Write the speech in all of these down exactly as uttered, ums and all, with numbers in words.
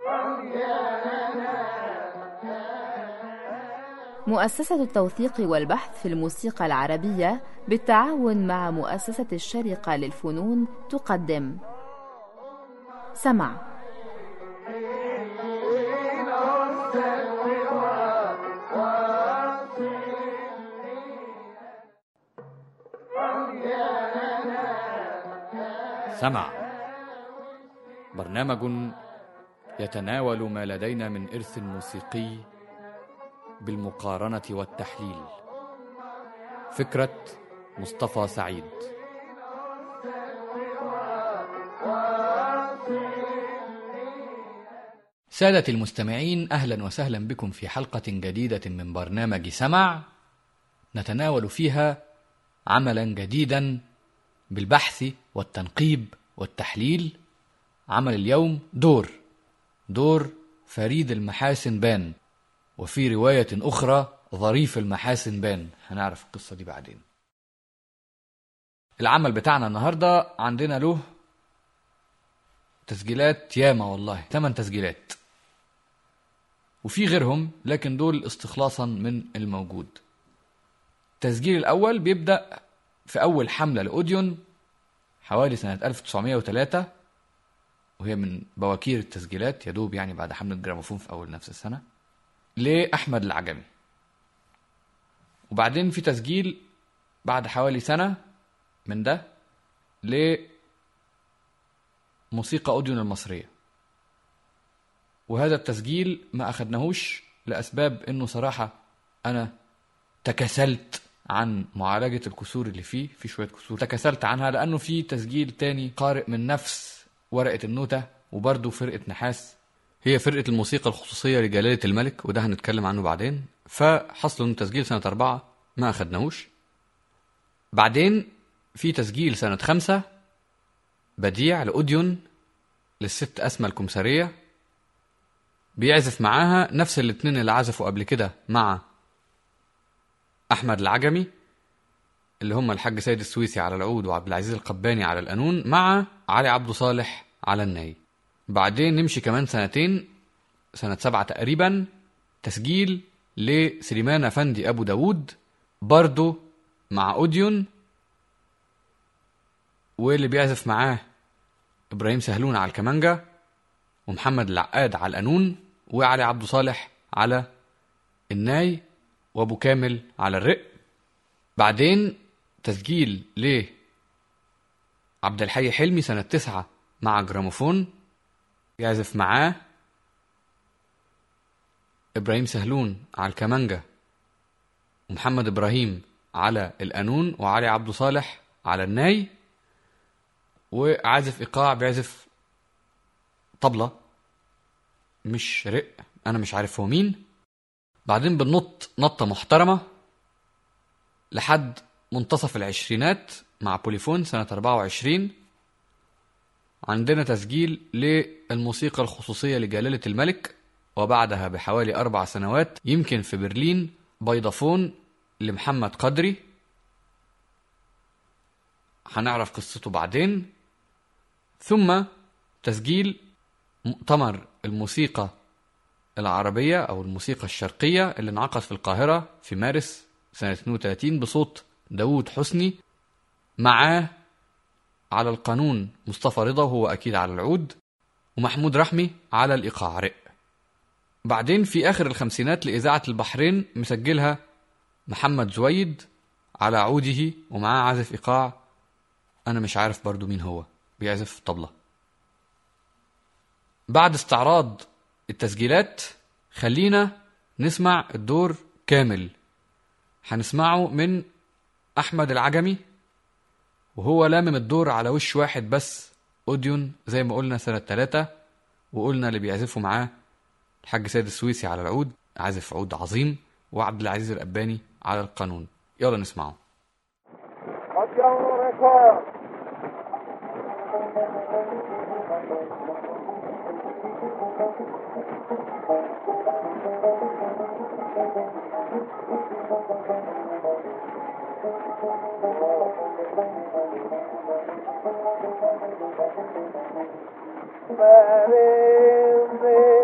مؤسسة التوثيق والبحث في الموسيقى العربية بالتعاون مع مؤسسة الشارقة للفنون تقدم سمع. سمع برنامج يتناول ما لدينا من إرث موسيقي بالمقارنة والتحليل. فكرة مصطفى سعيد. سادة المستمعين، أهلا وسهلا بكم في حلقة جديدة من برنامج سمع، نتناول فيها عملا جديدا بالبحث والتنقيب والتحليل. عمل اليوم دور دور فريد المحاسن بان، وفي رواية أخرى ظريف المحاسن بان. هنعرف القصة دي بعدين. العمل بتاعنا النهاردة عندنا له تسجيلات ياما، والله ثمان تسجيلات، وفي غيرهم لكن دول استخلاصا من الموجود. التسجيل الأول بيبدأ في أول حملة لأوديون حوالي سنة ألف وتسعمائة وثلاثة، وهي من بواكير التسجيلات، يدوب يعني بعد حملة جراموفون في أول نفس السنة، لأحمد العجمي. وبعدين في تسجيل بعد حوالي سنة من ده لموسيقى أوديون المصرية، وهذا التسجيل ما أخدناهوش لأسباب إنه صراحة أنا تكسلت عن معالجة الكسور اللي فيه، في شوية كسور تكسلت عنها، لأنه في تسجيل تاني قارئ من نفس ورقة النوتة وبرضه فرقة نحاس، هي فرقة الموسيقى الخصوصية لجلالة الملك، وده هنتكلم عنه بعدين. فحصلوا إنه تسجيل سنة أربعة ما أخدناهوش. بعدين في تسجيل سنة خمسة بديع لأوديون للست أسمى الكمسارية، بيعزف معاها نفس الاتنين اللي عزفوا قبل كده مع أحمد العجمي، اللي هم الحاج سيد السويسي على العود وعبد العزيز القباني على القانون، مع علي عبد صالح على الناي. بعدين نمشي كمان سنتين، سنة سبعة تقريبا، تسجيل لسليمان أفندي أبو داود برضو مع أوديون، واللي بيعزف معاه إبراهيم سهلون على الكمانجا ومحمد العقاد على القانون وعلي عبد صالح على الناي وأبو كامل على الرق. بعدين تسجيل ل عبد الحي حلمي سنة تسعة مع جراموفون، يعزف معاه إبراهيم سهلون على الكمانجا ومحمد إبراهيم على القانون وعلي عبد صالح على الناي، وعازف إيقاع بيعزف طبلة مش رق، أنا مش عارف هو مين. بعدين بننط نطة محترمة لحد منتصف العشرينات مع بوليفون سنة أربعة وعشرين. عندنا تسجيل للموسيقى الخصوصية لجلالة الملك، وبعدها بحوالي أربع سنوات يمكن في برلين بيضافون لمحمد قدري، هنعرف قصته بعدين. ثم تسجيل مؤتمر الموسيقى العربية أو الموسيقى الشرقية اللي انعقد في القاهرة في مارس سنة اثنين وثلاثين بصوت داود حسني، معاه على القانون مصطفى رضا وهو أكيد على العود، ومحمود رحمي على الإيقاع رق. بعدين في آخر الخمسينات لإذاعة البحرين مسجلها محمد زويد على عوده ومعاه عازف إيقاع أنا مش عارف برضو مين هو، بيعزف طبلة. بعد استعراض التسجيلات خلينا نسمع الدور كامل. هنسمعه من أحمد العجمي، وهو لامم الدور على وش واحد بس، أوديون زي ما قلنا سنة ثلاثة، وقلنا اللي بيعزفوا معاه الحاج سيد السويسي على العود، عازف عود عظيم، وعبد العزيز القباني على القانون. يلا نسمعه. Baby,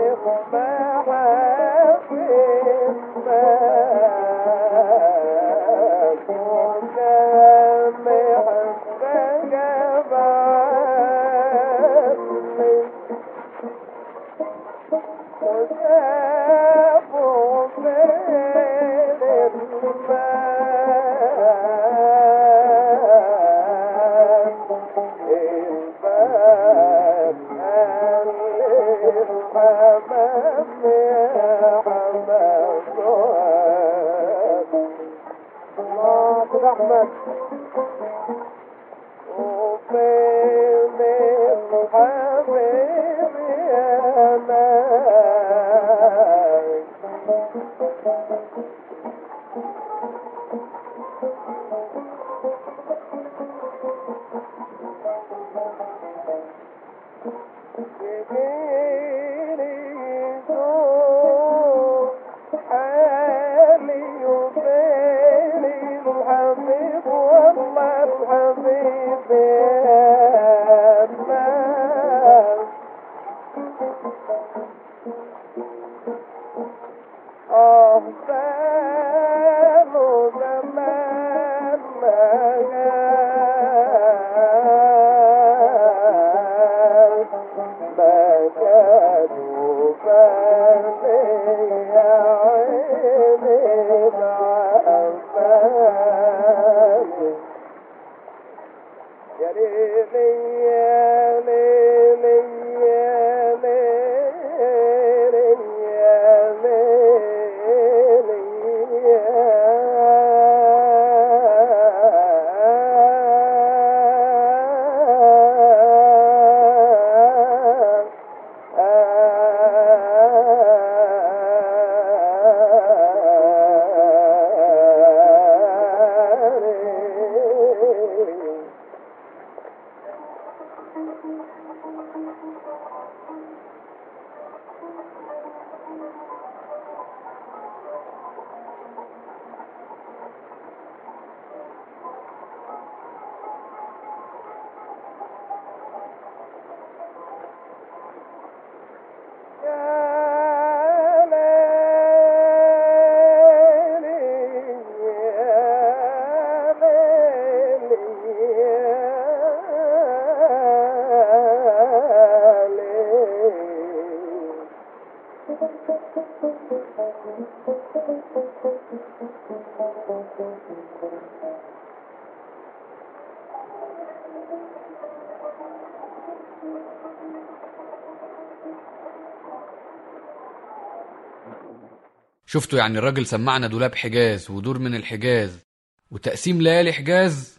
شفتوا يعني الراجل سمعنا دولاب حجاز ودور من الحجاز وتقسيم ليالي حجاز،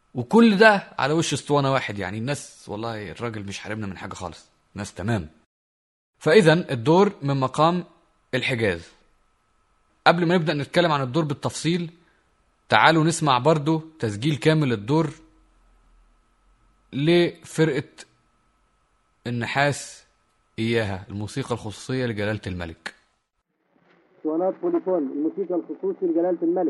وكل ده على وش اسطوانة واحد. يعني الناس والله الراجل مش حارمنا من حاجة خالص، ناس تمام. فإذا الدور من مقام الحجاز. قبل ما نبدأ نتكلم عن الدور بالتفصيل، تعالوا نسمع برضو تسجيل كامل الدور لفرقة النحاس إياها، الموسيقى الخصوصية لجلالة الملك. اسطوانات بوليفون، الموسيقى الخصوصي لجلالة الملك.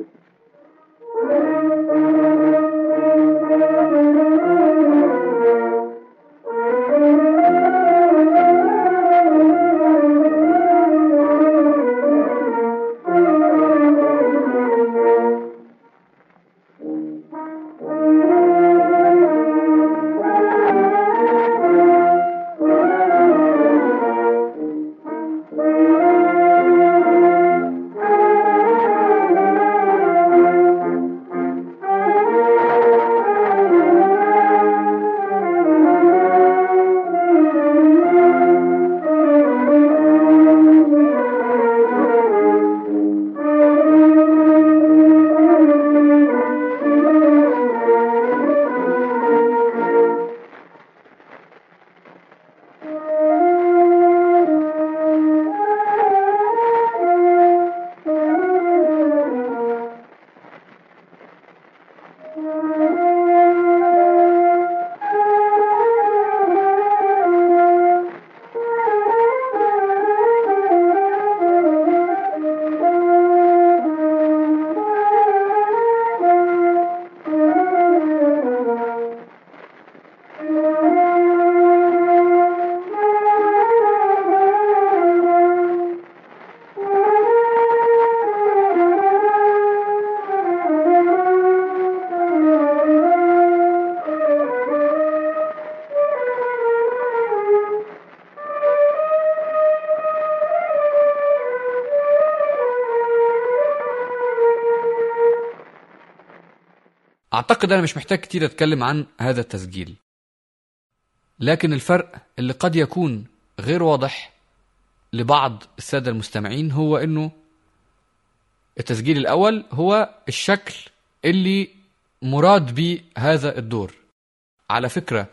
أعتقد أنا مش محتاج كتير أتكلم عن هذا التسجيل، لكن الفرق اللي قد يكون غير واضح لبعض السادة المستمعين هو إنه التسجيل الأول هو الشكل اللي مراد به هذا الدور. على فكرة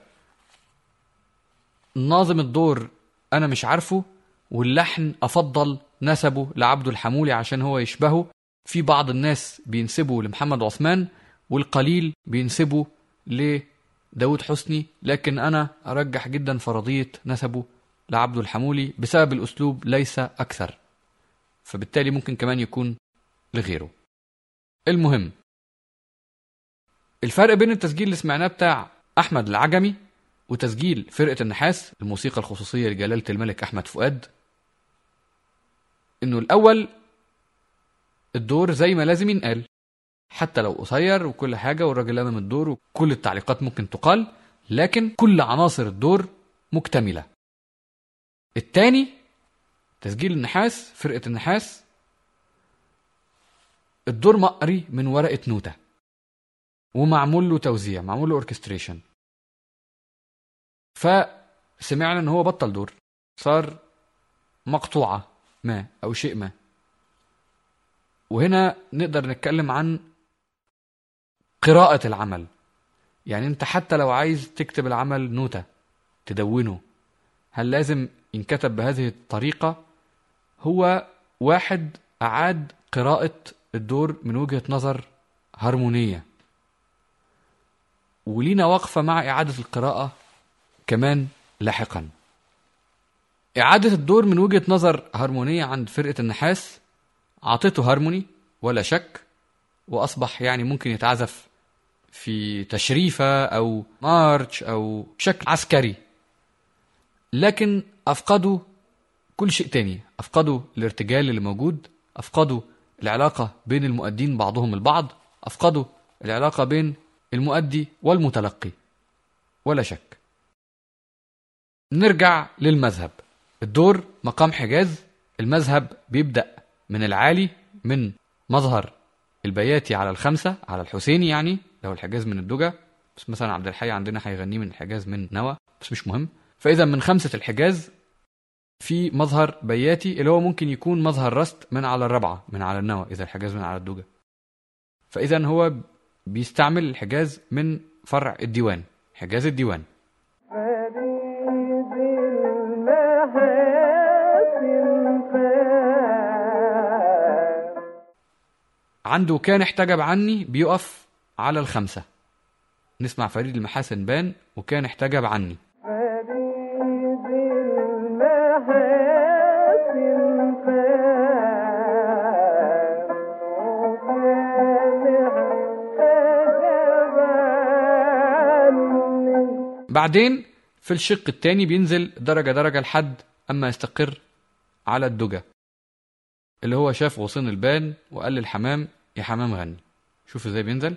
ناظم الدور أنا مش عارفه، واللحن أفضل نسبه لعبد الحمولي عشان هو يشبهه. في بعض الناس بينسبه لمحمد عثمان، والقليل بينسبه لداود حسني، لكن أنا أرجح جدا فرضية نسبه لعبد الحمولي بسبب الأسلوب ليس أكثر، فبالتالي ممكن كمان يكون لغيره. المهم، الفرق بين التسجيل اللي سمعناه بتاع أحمد العجمي وتسجيل فرقة النحاس الموسيقى الخصوصية لجلالة الملك أحمد فؤاد، إنه الأول الدور زي ما لازم ينقال، حتى لو قصير وكل حاجة والراجل أمام الدور وكل التعليقات ممكن تقال، لكن كل عناصر الدور مكتملة. التاني تسجيل النحاس فرقة النحاس، الدور مقري من ورقة نوتة ومعمول له توزيع، معمول له اوركستريشن. فسمعنا ان هو بطل دور، صار مقطوعة ما او شيء ما. وهنا نقدر نتكلم عن قراءة العمل. يعني انت حتى لو عايز تكتب العمل نوتة تدونه، هل لازم ينكتب بهذه الطريقة؟ هو واحد أعاد قراءة الدور من وجهة نظر هارمونية، ولينا وقفة مع إعادة القراءة كمان لاحقا. إعادة الدور من وجهة نظر هارمونية عند فرقة النحاس عطته هارموني ولا شك، وأصبح يعني ممكن يتعزف في تشريفة أو مارش أو بشكل عسكري، لكن أفقدوا كل شيء تاني. أفقدوا الارتجال اللي موجود، أفقدوا العلاقة بين المؤدين بعضهم البعض، أفقدوا العلاقة بين المؤدي والمتلقي ولا شك. نرجع للمذهب. الدور مقام حجاز، المذهب بيبدأ من العالي، من مظهر البياتي على الخمسة على الحسيني، يعني لو الحجاز من الدجى، بس مثلا عبد الحي عندنا هيغنيه من الحجاز من نوى، بس مش مهم. فإذا من خمسة الحجاز في مظهر بياتي اللي هو ممكن يكون مظهر رست من على الرابعة من على النوى إذا الحجاز من على الدجى. فإذا هو بيستعمل الحجاز من فرع الديوان، حجاز الديوان. عنده كان احتجب عني بيقف على الخمسة. نسمع فريد المحاسن بان وكان احتجب عني. بعدين في الشق الثاني بينزل درجة درجة لحد أما يستقر على الدجى، اللي هو شاف غصن البان وقال للحمام يا حمام غني. شوف ازاي بينزل.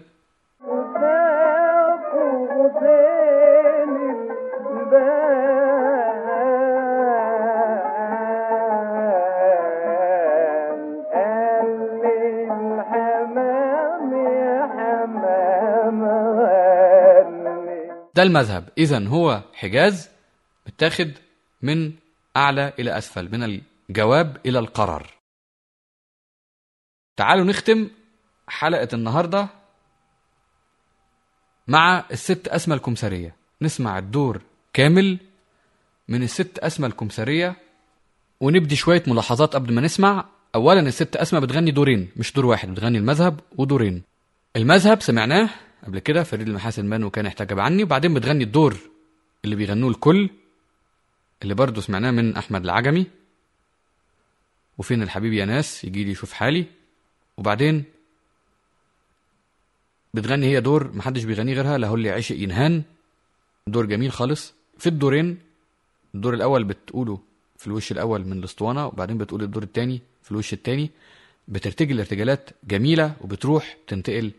ده المذهب. إذن هو حجاز متاخد من أعلى إلى أسفل، من الجواب إلى القرار. تعالوا نختم حلقة النهاردة مع الست أسمى الكمثرية. نسمع الدور كامل من الست أسمى الكمثرية، ونبدي شوية ملاحظات قبل ما نسمع. أولا الست أسمى بتغني دورين مش دور واحد، بتغني المذهب ودورين. المذهب سمعناه قبل كده فريد المحاسن بان وكان احتجب عني، وبعدين بتغني الدور اللي بيغنوه الكل اللي برضو سمعناه من أحمد العجمي، وفين الحبيب يا ناس يجي لي يشوف حالي. وبعدين بتغني هي دور محدش بيغني غيرها، له اللي عشق ينهان، دور جميل خالص. في الدورين، الدور الأول بتقوله في الوش الأول من الاسطوانة، وبعدين بتقول الدور الثاني في الوش الثاني. بترتجل ارتجالات جميلة وبتروح تنتقل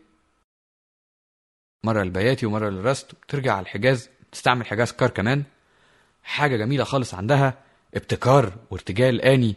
مرة البياتي ومرة للرست، وترجع على الحجاز، تستعمل حجاز كار كمان. حاجة جميلة خالص، عندها ابتكار وارتجال آني،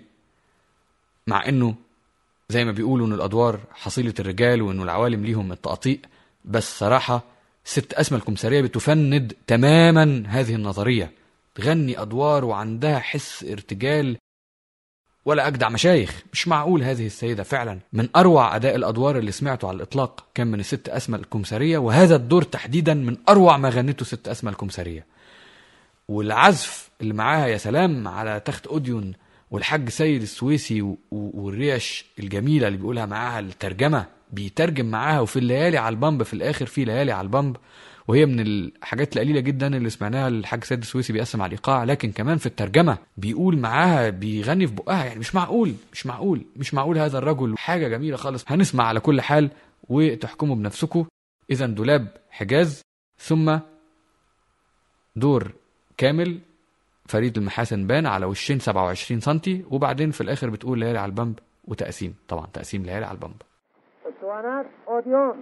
مع انه زي ما بيقولوا ان الادوار حصيلة الرجال وانه العوالم ليهم التقطيع، بس صراحة ست أسمى الكمثرية بتفند تماما هذه النظرية، تغني أدوار وعندها حس ارتجال ولا أجدع مشايخ. مش معقول، هذه السيدة فعلا من أروع أداء الأدوار اللي سمعته على الإطلاق كان من الست أسمى الكمثرية، وهذا الدور تحديدا من أروع ما غنته ست أسمى الكمثرية. والعزف اللي معاها يا سلام على تخت أوديون، والحاج سيد السويسي والريش الجميلة اللي بيقولها معاها الترجمة، بيترجم معاها. وفي الليالي على البمب في الآخر، في ليالي على البمب، وهي من الحاجات القليلة جدا اللي سمعناها الحاج سيد السويسي بيقسم على الإيقاع، لكن كمان في الترجمة بيقول معاها، بيغني في بقها. يعني مش معقول مش معقول مش معقول هذا الرجل. حاجة جميلة خالص. هنسمع على كل حال وتحكموا بنفسكم. إذا دولاب حجاز، ثم دور كامل فريد المحاسن بان على وشين سبعة وعشرين سنتي، وبعدين في الآخر بتقول ليالي على البمب وتقسيم، طبعا تقسيم ليالي على البمب. اسطوانات اوديون.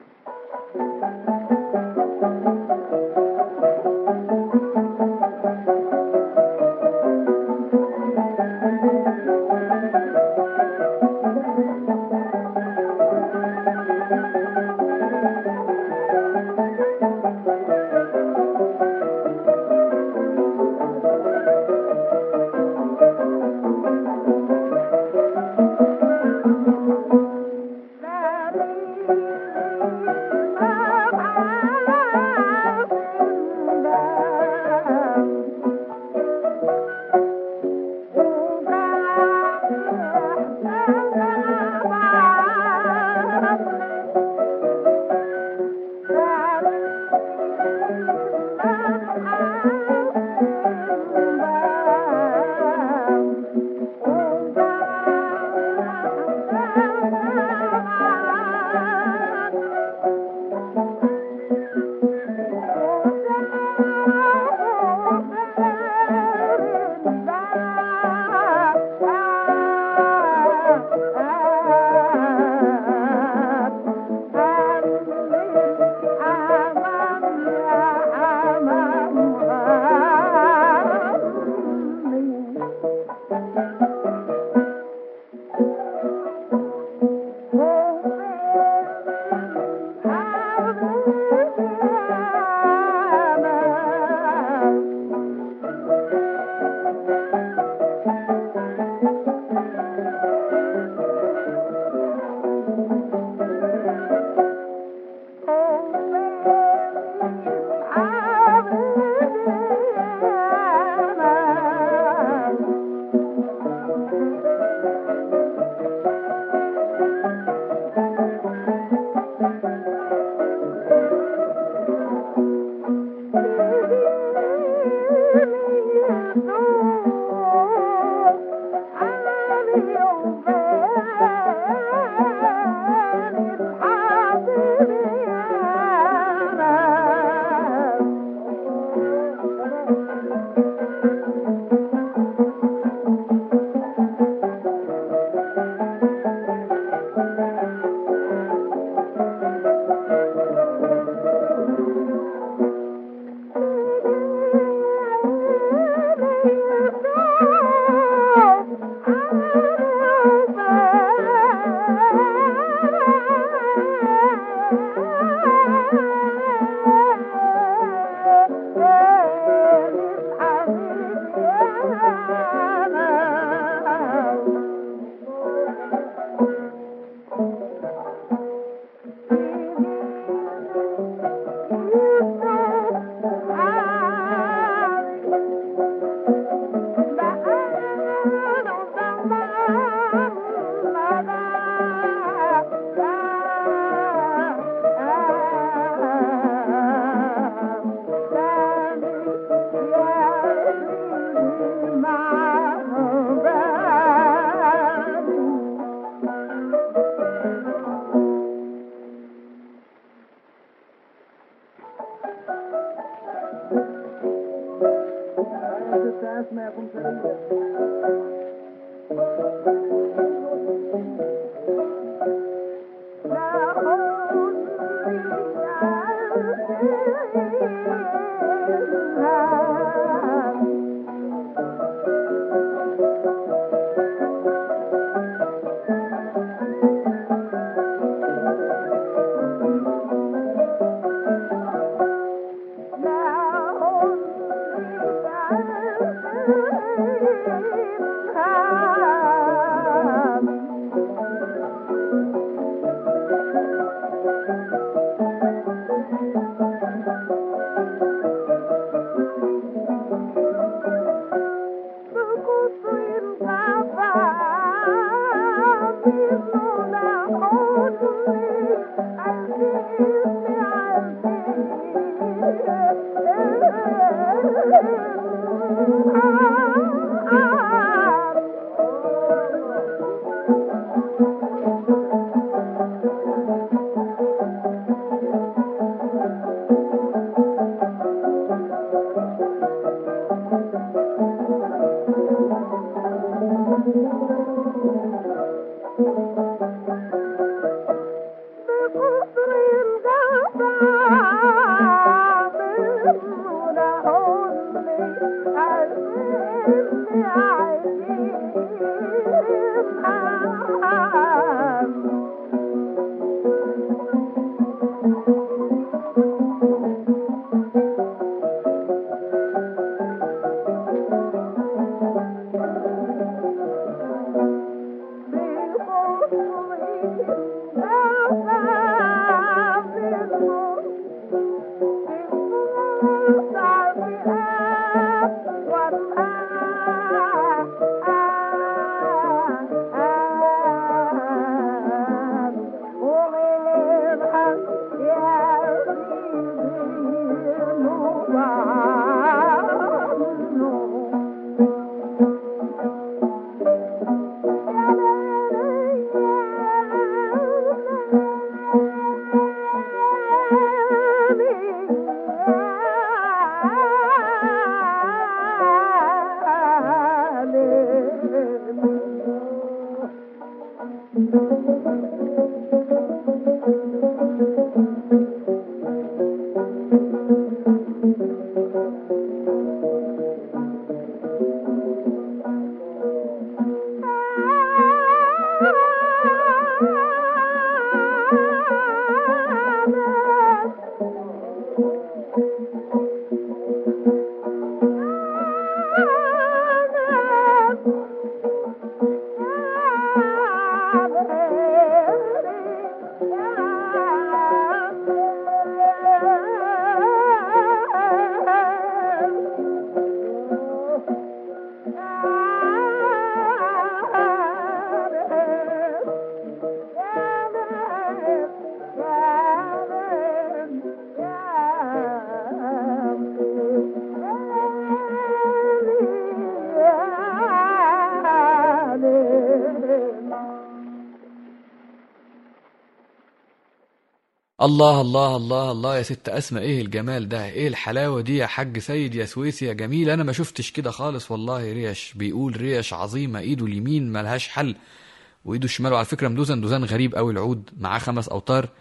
الله الله الله الله يا ست أسماء، ايه الجمال ده، ايه الحلاوة دي يا حاج سيد يا سويسي يا جميل. انا ما شفتش كده خالص والله. ريش بيقول ريش عظيمة، ايده اليمين ملهاش حل وايده الشمال، وعلى فكرة مدوزن دوزان غريب قوي العود، معاه خمس اوتار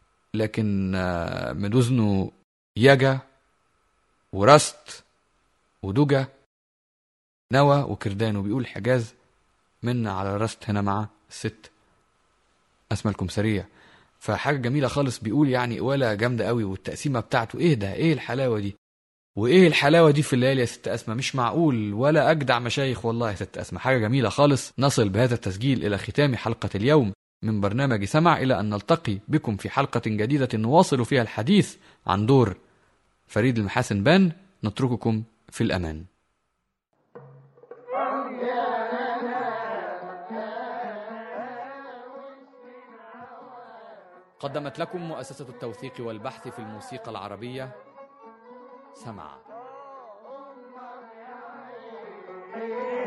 لكن مدوزنه يجا ورست ودجا نوى وكردان، وبيقول حجاز من على الرست هنا مع الست أسماء الكمثرية، فحاجة جميلة خالص. بيقول يعني قوالة جامدة قوي، والتقسيمة بتاعته ايه ده، ايه الحلاوة دي، وايه الحلاوة دي في الليالي يا ست أسماء، مش معقول، ولا أجدع مشايخ والله يا ست أسماء، حاجة جميلة خالص. نصل بهذا التسجيل إلى ختام حلقة اليوم من برنامج سمع، إلى أن نلتقي بكم في حلقة جديدة نواصل فيها الحديث عن دور فريد المحاسن بان. نترككم في الأمان. قدمت لكم مؤسسة التوثيق والبحث في الموسيقى العربية سمع.